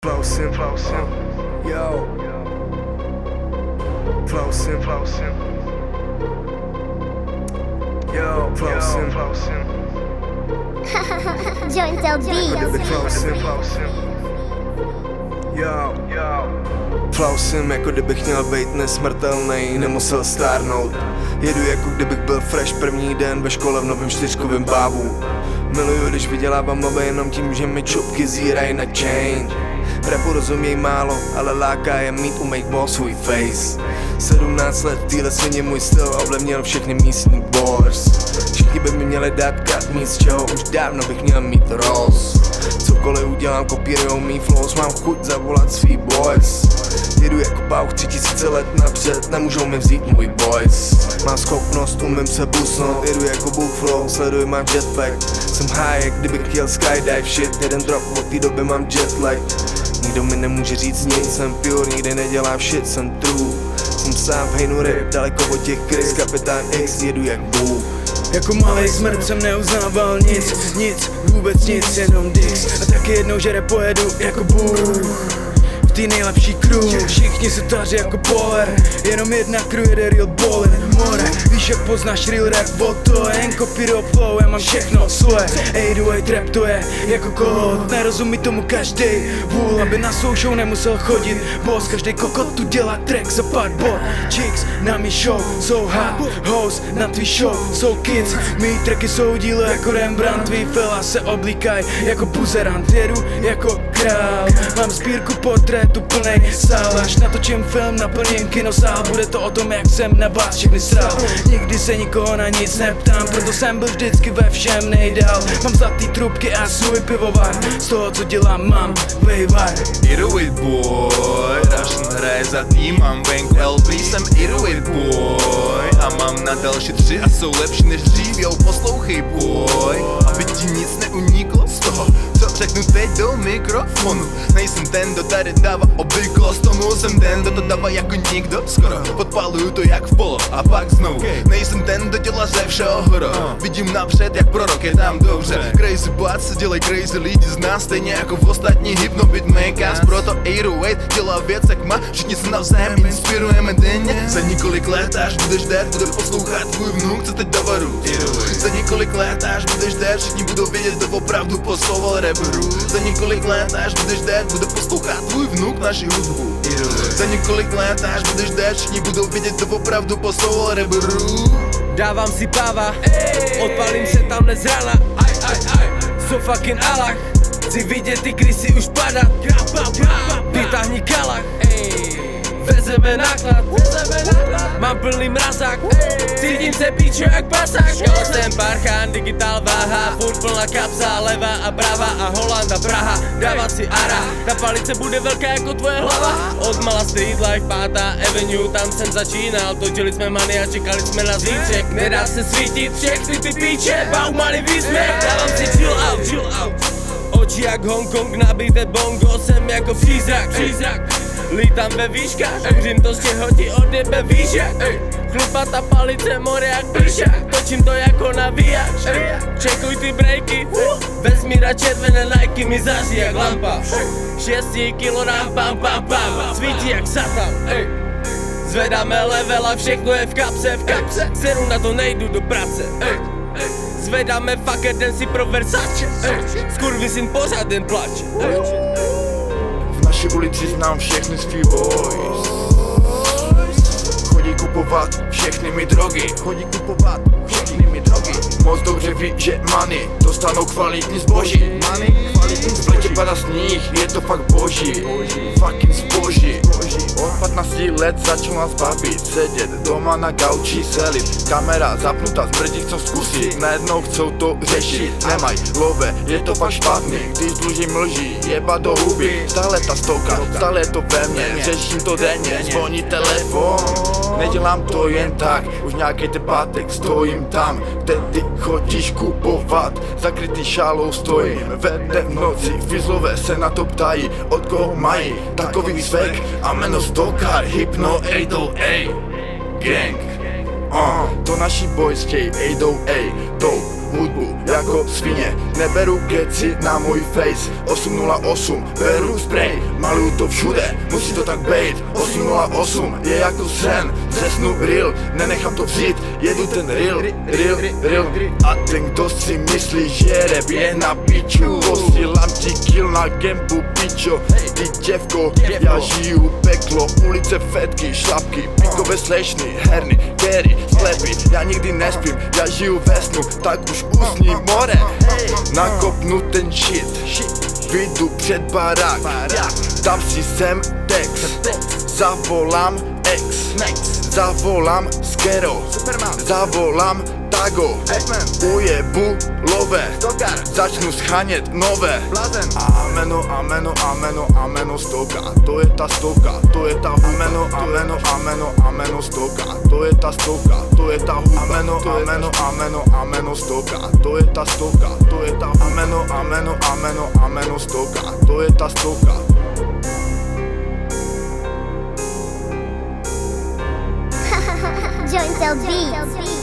Flossing, yo. Flossing, yo. Flossing, Jointel Beats. Yo. Flossing, jako kdybych měl být nesmrtelnej, nemusel stárnout. Jedu jako kdybych byl fresh první den ve škole v novém čtyřkovém bábu. Miluju, když vydělávám love jenom tím, že mi čupky zíraj na change. Rapu rozuměj málo, ale láká je mít u mých ball svůj face. 17 let v téhle svině můj styl ovlivnil všechny místní boys. Všichni by mi měli dát kat míst, z čeho už dávno bych měl mít Rolls. Cokoliv udělám, kopírujou mý flows, mám chuť zavolat svý boys. Jedu jako pauch 3000 let napřed, nemůžou mi vzít můj boys. Mám schopnost, umím se busnout, jedu jako Bůh flow, sleduj mám jetpack. Jsem high, jak kdybych chtěl skydive shit, jeden drop, od té doby mám jetlag. Nikdo mi nemůže říct nic, jsem pure, nikdy nedělám shit, jsem true. Jsem sám v hejnu rap, daleko od těch krys, kapitán X, jedu jak Bůh. Jako malej smrt jsem neuznával nic, vůbec nic, jenom dix. A taky jednou, že rap pojedu jako Bůh. V tý nejlepší crew, všichni se tváří jako poler. Jenom jedna crew jede real baller, more. Víš jak poznáš real rap, o to je jen kopírou flow, já mám všechno svoje. 808 rap to je jako kód, nerozumí tomu každý. Vůl, aby na svou show nemusel chodit boss, každý kokot tu dělá track za pár bod. Chicks na mý show, jsou hot, hoes na tvý show, jsou kids. Mý tracky jsou dílo jako Rembrandt, tvý fela se oblíkaj jako buzerant. Jedu jako král, mám sbírku portrétu plnej sál. Až natočím film, naplním kinosál, bude to o tom jak jsem na vás všechny srál. Nikdy se nikoho na nic neptám, proto jsem byl vždycky ve všem nejdál. Mám zlatý trubky a svůj pivovar, z toho co dělám mám vejvar. 808 boy, Russian hraje za tým, mám venku LB, jsem 808 boy. A mám na další 3 a jsou lepší než dřív, jo poslouchej boy. Aby ti nic neuniklo z toho, co řeknu teď do mikrofonu. Nejsem ten, kdo tady dává obvyklost, tomu jsem ten, kdo to dává jako nikdo. Skoro podpaluju to jak v polo a pak znovu. Nejsem ten, kdo dělá ze všeho horor. Vidím napřed jak prorok, je tam dobře. Crazy buds se dělej crazy lidi z nás, stejně jako v ostatní hypno beatmakers. Proto 808 dělá věc jak má, všichni se navzájem inspirujeme denně. Za několik let až budeš dead, bude poslouchat tvůj vnuk, co teď dovaru. Za několik let až budeš dead, všichni budou vědět, kdo opravdu poslouchal rapperů. Za několik let až budeš dead, bude poslouchat tvůj vnuk naši hudbu. Za několik let až budeš dead, všichni budou vědět, kdo opravdu poslouchal rapperů. Dávám si páva, odpalím se tam dnes rána. So fucking Allah, chci vidět ty krysy už padat. Vytáhni kalach, vezeme náklad. Mám plný mrazák, cítím se píčo jak pasák. Škola jsem parchán, digitál váha, furt plná kapsa, levá a pravá a Holanda, Praha. Dávat si ara, ta palice bude velká jako tvoje hlava. Od mala street life, 5. Avenue, tam jsem začínal. Točili jsme many a čekali jsme na zítřek. Nedá se svítit všechny ty píče, bau malý výsměch. Dávám si chill out. Oči jak Hongkong, nabité bongo, jsem jako přízrak. Lítám ve výškách, hřím to z těch hodí od nebe výše. Chlupatá palice, more jak píšák, točím to jako navíjač. Čekuj ty breaky, vesmíra červené Nike mi září jak lampa. 6 kilo rám, pam, svítí jak satan. Zvedáme level a všechno je v kapse. Seru na to nejdu do práce. Zvedáme fucker, den si pro Versace. Skurvisyn pořád jen plače. V naší ulici znám všechny svý boys. Chodí kupovat všechny mi drogy. Moc dobře ví, že money dostanou kvalitní zboží. V letě padá sníh, je to fakt boží. Fucking zboží. Od 15 let začal nás bavit, sedět doma na gauči, selit. Kamera zapnutá, smrdí chcou zkusit, najednou chcou to řešit. Nemaj love, je to fakt špatný, když dlužím lží, jeba do huby. Stále ta stoka, stále je to ve mně, řeším to denně, zvoní telefon. Nedělám to jen tak, už nějaký pátek, stojím tam, kde ty chodíš kupovat. Zakrytý šálou stojím, vede v noci, fizlové se na to ptají, od koho mají takový svek a jméno Stokar, Hypno 808 Gang. To naši boys chtějí 808, tou hudbu jako svině. Neberu keci na můj face, 808, beru spray. to všude, musí to tak bejt. 808 je jako sen, ze snu real, nenechám to vzít, jedu ten real. A ten, kdo si myslí, že rap je na piču, posílám ti kill na gembu, pičo. Ty děvko, já žiju peklo, ulice, fetky, šlapky, pikové slešny, herny, kery, sklepy. Já nikdy nespím, já žiju ve snu, tak už usni more. Nakopnu ten shit, vyjdu před barák, dám si sem text, zavolám ex, zavolám skero, zavolám tago, ujebu love, začnu schánět nové. Ameno, ameno, ameno, ameno stoka, to je ta stoka, to je ta ameno, ameno, ameno, ameno stoka, to je ta stoka, to je ta ameno, ameno, ameno, ameno stoka, to je ta stoka, to je ta ameno, ameno, ameno, ameno stoka, to je ta stoka. Joint LB.